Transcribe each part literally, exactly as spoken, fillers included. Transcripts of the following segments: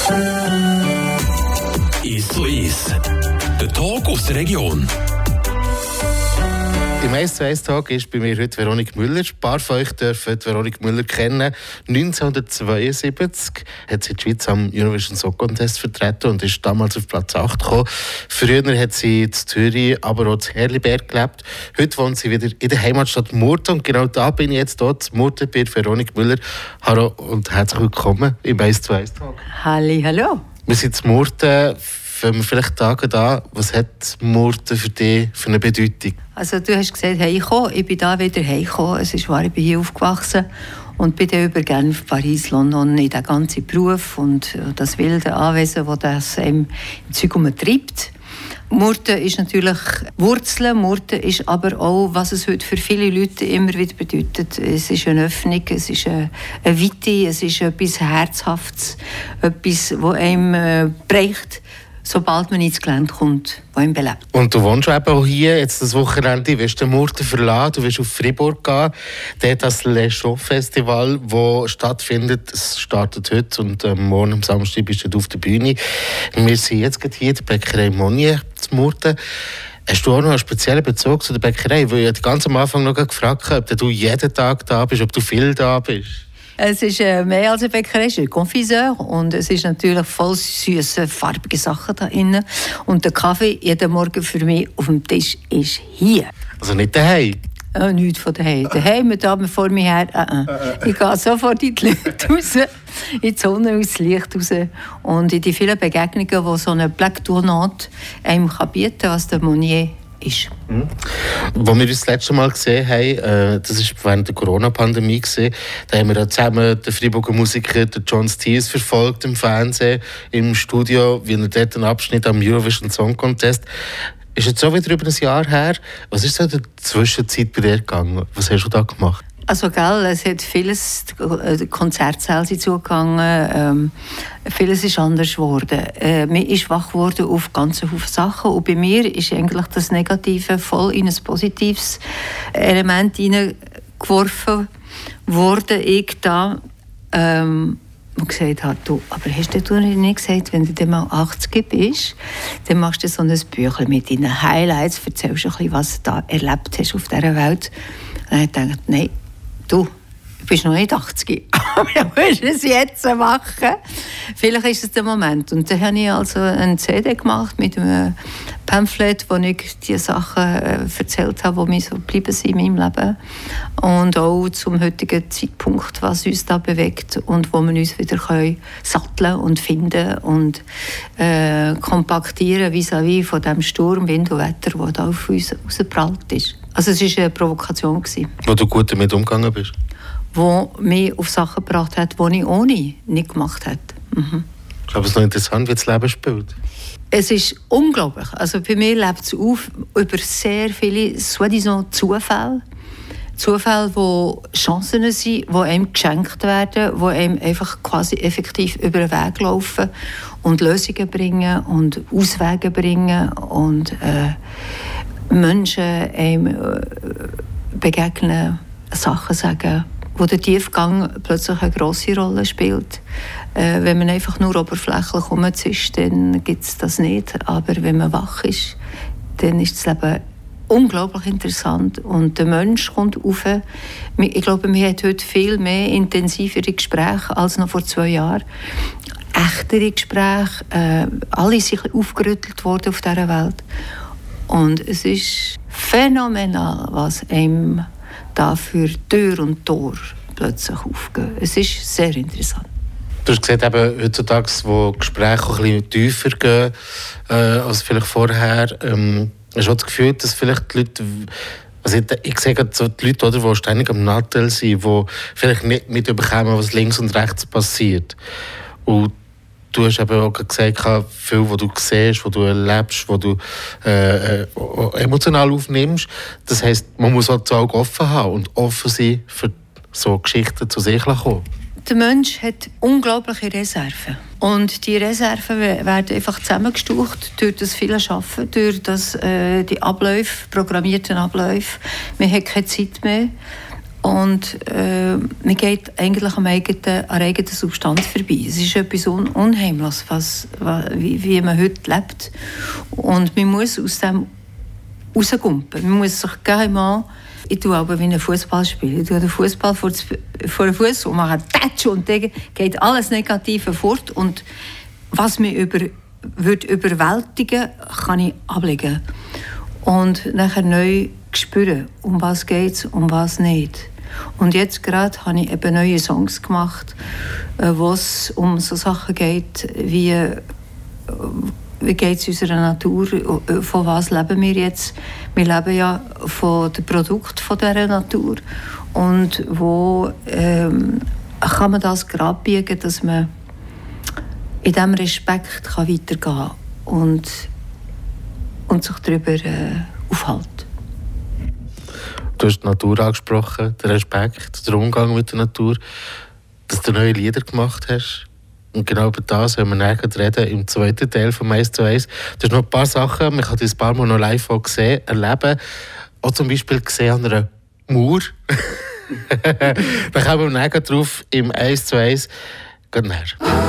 eins zu eins. Der Talk aus der Region. Im eins zu eins Tag ist bei mir heute Veronik Müller. Ein paar von euch dürfen Veronik Müller kennen. neunzehnhundertzweiundsiebzig hat sie die Schweiz am Eurovision Song Contest vertreten und ist damals auf Platz acht gekommen. Früher hat sie in Zürich, aber auch in Herliberg gelebt. Heute wohnt sie wieder in der Heimatstadt Murten und genau da bin ich jetzt dort, Murten, bei Veronik Müller. Hallo und herzlich willkommen im eins zu eins Tag. Halli, hallo. Wir sind in Murten. Wenn wir vielleicht sagen, da, was hat Murten für dich für eine Bedeutung? Also du hast gesagt, heimgekommen. Ich bin da wieder heimgekommen. Es ist wahr, ich bin hier aufgewachsen und bin dann über Genf, Paris, London in den ganzen Beruf und das wilde Anwesen, das das einem im Zeug umtreibt. Murten ist natürlich Wurzeln, Murten ist aber auch, was es heute für viele Leute immer wieder bedeutet. Es ist eine Öffnung, es ist eine, eine Weite, es ist etwas Herzhaftes, etwas, das einem äh, prägt, sobald man ins Gelände kommt, das ihn belebt. Und du wohnst eben auch hier, jetzt das Wochenende, du wirst den Murten verlassen, du wirst auf Fribourg gehen. Dort das Le Show Festival, das stattfindet, es startet heute und ähm, morgen am Samstag bist du auf der Bühne. Wir sind jetzt hier in der Bäckerei Monnier zu Murten. Hast du auch noch einen speziellen Bezug zu der Bäckerei? Weil ich ganz am Anfang noch gefragt habe, ob du jeden Tag da bist, ob du viel da bist. Es ist äh, mehr als eine Bäckerei, es ist ein Confiseur und es ist natürlich voll süße, farbige Sachen da drin. Und der Kaffee jeden Morgen für mich auf dem Tisch ist hier. Also nicht daheim? Äh, nichts von daheim. Daheim, da vor mir her, äh, äh. Ich gehe sofort in die Leute raus, in die Sonne, ins Licht raus. Und in die vielen Begegnungen, die so eine Black Tournante einem bieten kann, was der Monnier ist. Mhm. Als wir uns das letzte Mal gesehen haben, äh, das war während der Corona-Pandemie, gewesen, da haben wir ja zusammen den Freiburger Musiker den John Steers verfolgt im Fernsehen, im Studio, wie er dort einen Abschnitt am Eurovision Song Contest. Ist jetzt so wieder über ein Jahr her. Was ist so in der Zwischenzeit bei dir gegangen? Was hast du da gemacht? Also, gell, es hat vieles, die Konzertsäle sind zugegangen, ähm, vieles ist anders geworden. Äh, man ist wach geworden auf ganz viele Sachen und bei mir ist eigentlich das Negative voll in ein positives Element hineingeworfen worden. Ich da ähm, und gesagt habe, du, aber hast du nicht gesagt, wenn du dann mal achtzig bist, dann machst du so ein Büchlein mit deinen Highlights, erzählst du ein bisschen, was du da erlebt hast auf dieser Welt. Und dann habe ich gedacht, nein, du, du bist noch nicht achtzig, aber du musst es jetzt machen. Vielleicht ist es der Moment. Und dann habe ich also eine C D gemacht mit einem Pamphlet, wo ich die Sachen äh, erzählt habe, die mir so geblieben sind in meinem Leben. Und auch zum heutigen Zeitpunkt, was uns da bewegt und wo wir uns wieder können satteln und finden und äh, kompaktieren vis-à-vis von dem Sturm, Wind und Wetter, das da auf uns rausgeprallt ist. Also es war eine Provokation. Wo du gut damit umgegangen bist? Wo mich auf Sachen gebracht hat, die ich ohne nicht gemacht hätte. Mhm. Ich glaube, es ist noch interessant, wie das Leben spielt. Es ist unglaublich. Also bei mir lebt es auf über sehr viele soi-disant Zufälle. Zufälle, die Chancen sind, die einem geschenkt werden, die einem einfach quasi effektiv über den Weg laufen und Lösungen bringen und Auswege bringen und äh, Menschen einem äh, begegnen, Sachen sagen, wo der Tiefgang plötzlich eine grosse Rolle spielt. Äh, wenn man einfach nur oberflächlich rumzischt, dann gibt es das nicht. Aber wenn man wach ist, dann ist das Leben unglaublich interessant. Und der Mensch kommt rauf. Ich glaube, wir haben heute viel mehr intensivere Gespräche als noch vor zwei Jahren. Echtere Gespräche. Äh, alle sind aufgerüttelt worden auf dieser Welt. Und es ist phänomenal, was einem da für Tür und Tor plötzlich aufgehen. Es ist sehr interessant. Du hast gesagt, eben, heutzutage, wo Gespräche auch ein bisschen tiefer gehen äh, als vielleicht vorher, ähm, hast du auch das Gefühl, dass vielleicht die Leute, also ich, ich sehe gerade so die Leute, oder, die ständig am Nattel sind, die vielleicht nicht mitbekommen, was links und rechts passiert. Und du hast eben auch gesagt, viel, was du siehst, was du erlebst, was du äh, emotional aufnimmst. Das heisst, man muss auch die Augen offen haben und offen sein, für so Geschichten zu sich zu kommen. Der Mensch hat unglaubliche Reserven. Und die Reserven werden einfach zusammengestaucht durch das viele Arbeiten, durch das, äh, die Abläufe, programmierten Abläufe. Man hat keine Zeit mehr. Und äh, man geht eigentlich am eigenen, an der eigenen Substanz vorbei. Es ist etwas un- Unheimliches, was, was, wie, wie man heute lebt. Und man muss aus dem rausgumpen. Man muss sich gerne mal... Ich tue aber wie ein Fußballspiel. Ich tue den Fußball vor, vor den Fuß und mache Tatsch und dann geht alles Negative fort. Und was mich über, wird überwältigen, kann ich ablegen. Und nachher neu spüren, um was geht es, um was nicht. Und jetzt gerade habe ich eben neue Songs gemacht, wo es um so Sachen geht, wie, wie geht es unserer Natur, von was leben wir jetzt. Wir leben ja von dem Produkt von dieser Natur. Und wo ähm, kann man das gerade biegen, dass man in diesem Respekt kann weitergehen kann und, und sich darüber äh, aufhalten. Du hast die Natur angesprochen, den Respekt, den Umgang mit der Natur, dass du neue Lieder gemacht hast. Und genau über das werden wir nachher reden im zweiten Teil von eins zu eins. Du hast noch ein paar Sachen, man kann dich ein paar Mal noch live auch sehen, erleben. Auch zum Beispiel gesehen an einer Mauer. Da kommen wir nachher drauf im eins zu eins. Geht näher.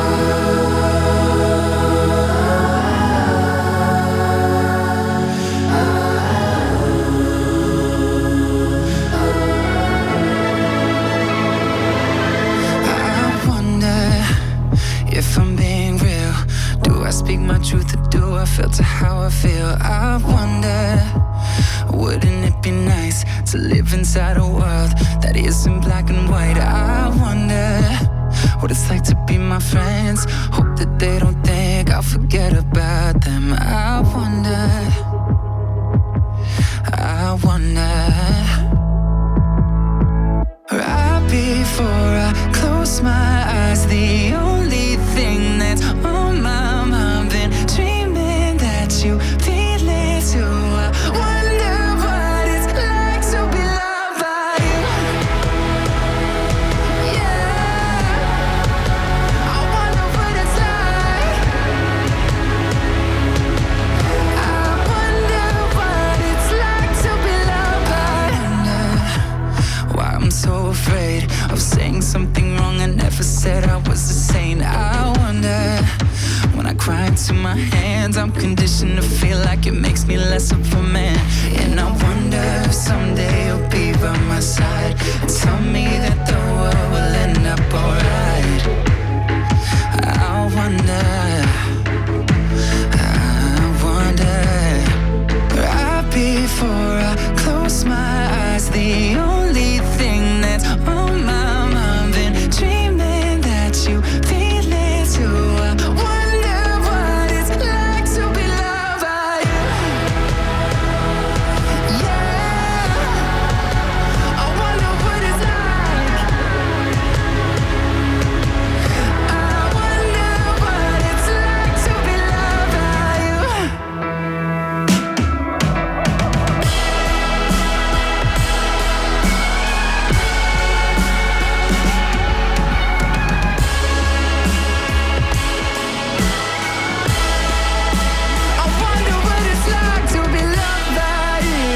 If I'm being real, do I speak my truth or do I filter how I feel? I wonder, wouldn't it be nice to live inside a world that isn't black and white? I wonder what it's like to be my friends. Hope that they don't think I'll forget about them. I wonder, I wonder. Right before I close my eyes, the only thing that's on my mind, been dreaming that you feel it too. I wonder what it's like to be loved by you. Yeah, I wonder what it's like. I wonder what it's like to be loved by you. Why I'm so afraid of saying something wrong. I never said I was a saint. I wonder, when I cry into my hands, I'm conditioned to feel like it makes me less of a man. And I wonder if someday you'll be by my side and tell me that the world will end up alright. I wonder, I wonder. Right before I close my eyes, the only thing that's on my mind, been dreaming that you feel it too. I wonder what it's like to be loved by you. Yeah, I wonder what it's like. I wonder what it's like to be loved by you. I wonder what it's like to be loved by you.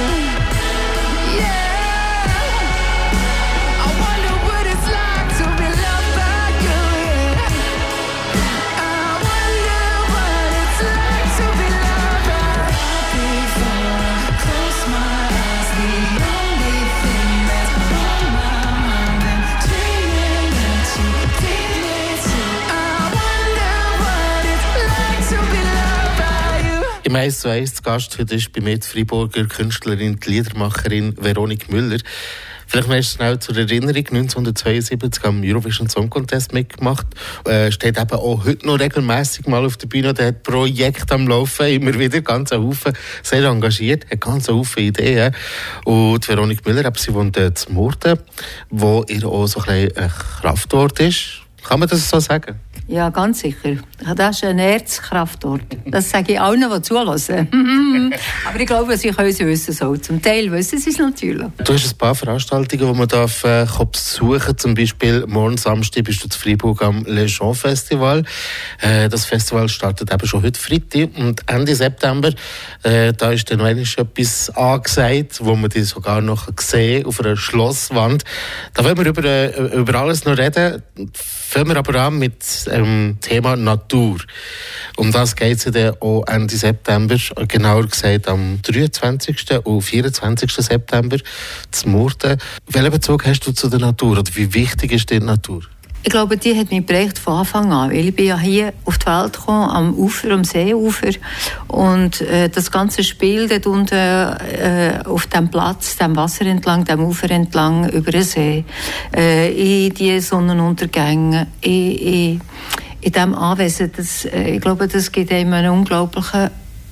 Yeah, I wonder what it's like to be loved by you. Yeah, I wonder what it's like to be loved by you. Before I close my eyes, the only thing that's on my mind, been dreaming that you feel it too. I wonder what it's like to be loved by you. Im eins zu eins zu Gast heute ist bei mir die Freiburger Künstlerin, die Liedermacherin Veronique Müller. Vielleicht mal schnell zur Erinnerung, neunzehnhundertzweiundsiebzig am Eurovision Song Contest mitgemacht. Äh, steht eben auch heute noch regelmässig mal auf der Bühne. Der hat Projekte am Laufen, immer wieder ganz einen Haufen, sehr engagiert, hat ganz einen Haufen Ideen. Und Veronique Müller, sie wohnt in Murten, wo ihr auch so ein bisschen ein Kraftort ist. Kann man das so sagen? Ja, ganz sicher. Das ist ein Erzkraftort. Das sage ich allen, die zulassen. Aber ich glaube, sie können es wissen. So. Zum Teil wissen sie es natürlich. Du hast ein paar Veranstaltungen, die man darf, äh, besuchen darf. Zum Beispiel morgen Samstag bist du zu Freiburg am Le Jean Festival. Äh, das Festival startet eben schon heute Freitag. Und Ende September, äh, da ist dann noch etwas angesagt, wo man die sogar noch sehen auf einer Schlosswand. Da wollen wir über, äh, über alles noch reden. Fangen wir aber an mit dem ähm, Thema Natur. Um das geht es ja dann auch Ende September, genauer gesagt am dreiundzwanzigsten und vierundzwanzigsten September zu Murten. Welchen Bezug hast du zu der Natur oder wie wichtig ist die Natur? Ich glaube, die hat mich geprägt von Anfang an, weil ich bin ja hier auf die Welt gekommen, am Ufer, am Seeufer, und äh, das ganze Spiel dort unten äh, auf dem Platz, dem Wasser entlang, dem Ufer entlang, über den See, äh, in die Sonnenuntergänge, in, in, in diesem Anwesen, das, äh, ich glaube, das gibt einem einen unglaublichen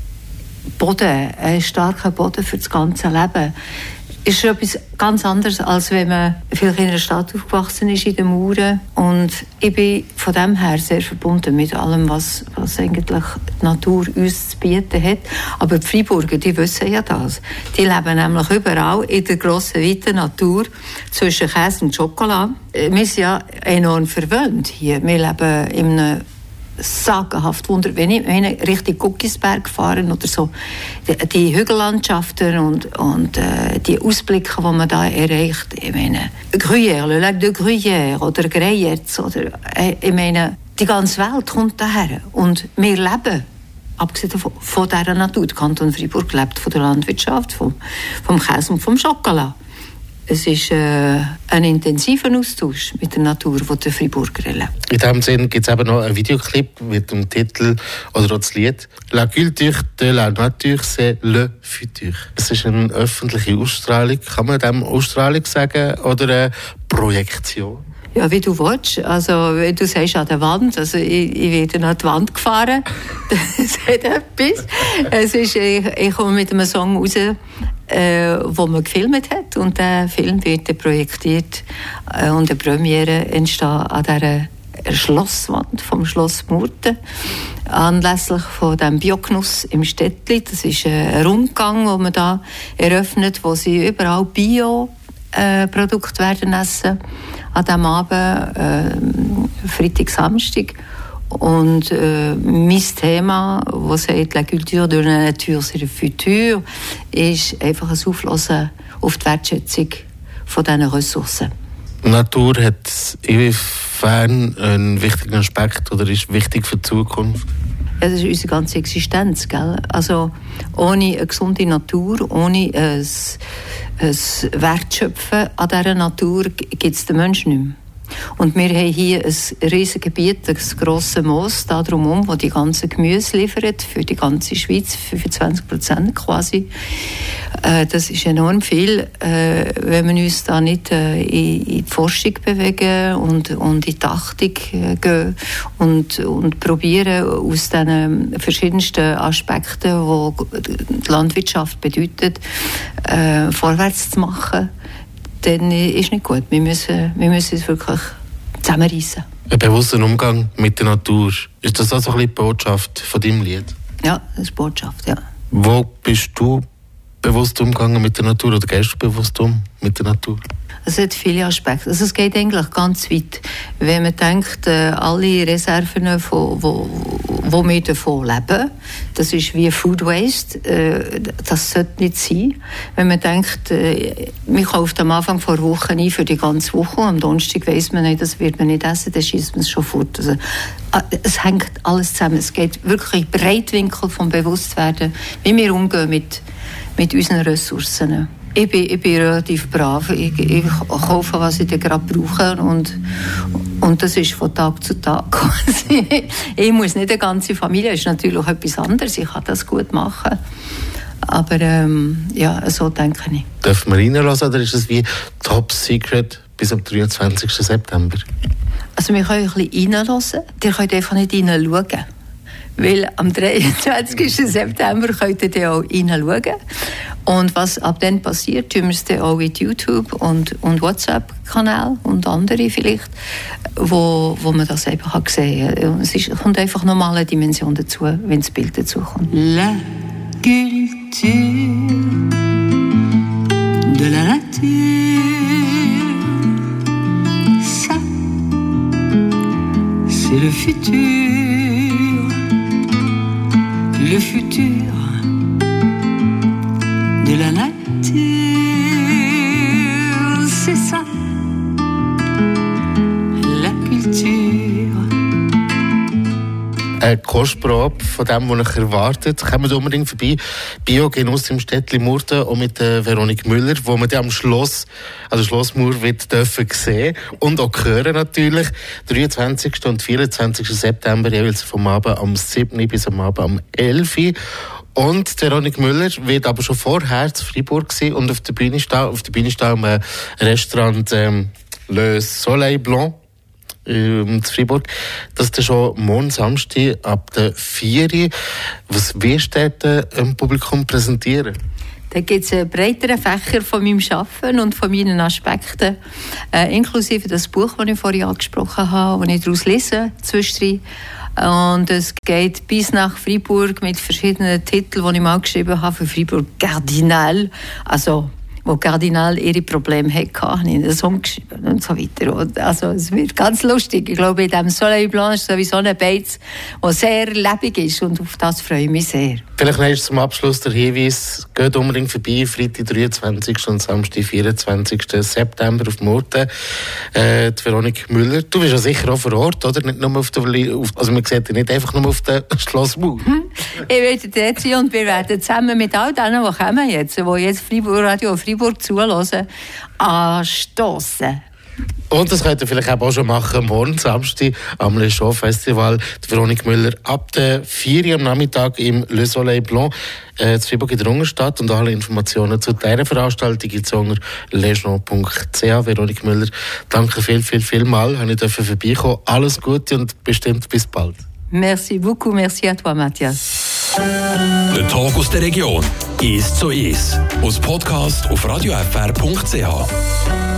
Boden, einen starken Boden für das ganze Leben. Ist etwas ganz anderes, als wenn man vielleicht in einer Stadt aufgewachsen ist, in den Mauern. Und ich bin von dem her sehr verbunden mit allem, was, was eigentlich die Natur uns zu bieten hat. Aber die Freiburger, die wissen ja das. Die leben nämlich überall in der grossen, weiten Natur zwischen Käse und Schokolade. Wir sind ja enorm verwöhnt hier. Wir leben in einem sagenhaft Wunder, wenn ich, wenn ich Richtung Guckisberg fahre oder so, die, die Hügellandschaften und, und äh, die Ausblicke, die man da erreicht, ich meine, Gruyère, le Lac de Gruyère oder Greyerz, oder, äh, ich meine, die ganze Welt kommt daher und wir leben, abgesehen von, von dieser Natur, der Kanton Freiburg lebt von der Landwirtschaft, vom, vom Käse und vom Schokolade. Es ist äh, ein intensiver Austausch mit der Natur, den die Freiburger erleben. In diesem Sinne gibt es eben noch einen Videoclip mit dem Titel oder auch das Lied «La culture de la nature, c'est le futur». Es ist eine öffentliche Ausstrahlung. Kann man dem Ausstrahlung sagen oder eine Projektion? Ja, wie du willst. Also, wie du sagst, an der Wand. Also, ich, ich werde an die Wand gefahren. Das hat etwas. Es ist, ich, ich komme mit einem Song raus, äh, wo man gefilmt hat. Und der Film wird projektiert. Äh, und eine Premiere entsteht an dieser Schlosswand vom Schloss Murten. Anlässlich von dem Biogenuss im Städtli. Das ist ein Rundgang, den man da eröffnet, wo sie überall Bio-Produkte werden essen. An diesem Abend, äh, Freitag, Samstag. Und äh, mein Thema, das sagt «La culture de la nature, c'est le futur», ist einfach ein Auflassen auf die Wertschätzung von diesen Ressourcen. Natur hat inwiefern einen wichtigen Aspekt oder ist wichtig für die Zukunft? Ja, das ist unsere ganze Existenz. Gell? Also ohne eine gesunde Natur, ohne ein, ein Wertschöpfen an dieser Natur gibt es den Menschen nicht mehr. Und wir haben hier ein riesiges Gebiet, ein grosses Moos da drumherum, das die ganze Gemüse liefert, für die ganze Schweiz, fünfundzwanzig Prozent quasi. Äh, das ist enorm viel, äh, wenn wir uns da nicht äh, in, in die Forschung bewegen und, und in die Taktik äh, gehen und, und probieren, aus diesen verschiedensten Aspekten, die die Landwirtschaft bedeutet, äh, vorwärts zu machen. Dann ist nicht gut. Wir müssen, wir müssen es wirklich zusammenreissen. Ein bewusster Umgang mit der Natur. Ist das also ein bisschen die Botschaft von deinem Lied? Ja, das ist die Botschaft, ja. Wo bist du bewusst umgegangen mit der Natur oder gehst du bewusst um mit der Natur? Es hat viele Aspekte. Also es geht eigentlich ganz weit. Wenn man denkt, äh, alle Reserven, von, wo, wo wir davon leben, das ist wie Food Waste, äh, das sollte nicht sein. Wenn man denkt, äh, man kauft am Anfang vor Wochen ein für die ganze Woche, am Donnerstag weiss man nicht, das wird man nicht essen, dann schießt man es schon fort. Also, es hängt alles zusammen. Es geht wirklich Breitwinkel vom Bewusstwerden, wie wir umgehen mit, mit unseren Ressourcen. Ich bin, ich bin relativ brav. Ich, ich kaufe, was ich gerade brauche. Und, und das ist von Tag zu Tag. Ich muss nicht eine ganze Familie, das ist natürlich etwas anderes. Ich kann das gut machen. Aber ähm, ja, so denke ich. Dürfen wir reinlassen oder ist es wie Top Secret bis am dreiundzwanzigsten September? Also wir können ein bisschen reinlassen. Ihr könnt einfach nicht hineinschauen. Weil am dreiundzwanzigsten September könnt ihr auch hineinschauen. Und was ab dann passiert, tun wir es dann auch in YouTube und, und WhatsApp-Kanal und andere vielleicht, wo, wo man das einfach hat gesehen. Es ist, kommt einfach nochmal eine Dimension dazu, wenn das Bild dazu kommt. La culture de la nature, ça, c'est le futur, le futur de la nature, c'est ça, la culture. Eine Kostprobe von dem, was ich erwartet. Kommen wir unbedingt vorbei. Biogenuss im Städtchen Murten, auch mit äh, Veronique Müller, wo man dann am Schloss, also Schlossmauer, wird dürfen sehen und auch hören natürlich. dreiundzwanzigsten und vierundzwanzigsten September, jeweils vom Abend am siebten bis am Abend am elften. Und Veronique Müller wird aber schon vorher zu Freiburg sein und auf der Bühne stehen, auf der Bühne stehen im Restaurant ähm, Le Soleil Blanc in Freiburg. Das ist schon morgen Samstag ab der vier Uhr. Was wirst du dort dem Publikum präsentieren? Da gibt es einen breiteren Fächer von meinem Arbeiten und von meinen Aspekten, äh, inklusive das Buch, das ich vorhin angesprochen habe, das ich daraus lese, zwischendrin. Und es geht bis nach Freiburg mit verschiedenen Titeln, die ich mal geschrieben habe für Freiburg Cardinal. Also wo Kardinal ihre Probleme hatte, habe ich einen Song geschrieben und so weiter. Und also es wird ganz lustig. Ich glaube, in diesem Soleil Blanc ist sowieso ein Beiz, der sehr lebendig ist und auf das freue ich mich sehr. Vielleicht noch zum Abschluss der Hinweis, geht unbedingt vorbei, Freitag dreiundzwanzigsten und Samstag vierundzwanzigsten September auf Murten. Äh, die Veronique Müller, du bist ja sicher auch vor Ort, oder? Nicht nur auf der, auf, also man sieht dich nicht einfach nur auf der Schlossmauer. Hm. Ich werde dort sein und wir werden zusammen mit all denen, die kommen jetzt, die jetzt Freiburg, Radio Freiburg zuhören, anstossen. Und das könnt ihr vielleicht auch schon machen, morgen Samstag am Le Show Festival. Die Veronique Müller ab der vier Uhr am Nachmittag im Le Soleil Blanc äh, in Freiburg in der Ungerstadt. Und alle Informationen zu dieser Veranstaltung gibt es unter lejeune punkt c h. Veronique Müller, danke viel, viel, viel mal. Ich durfte vorbeikommen. Alles Gute und bestimmt bis bald. Merci beaucoup, merci à toi, Matthias. Der Tag aus der Region. eins zu eins. Aus Podcast auf radio f r punkt c h.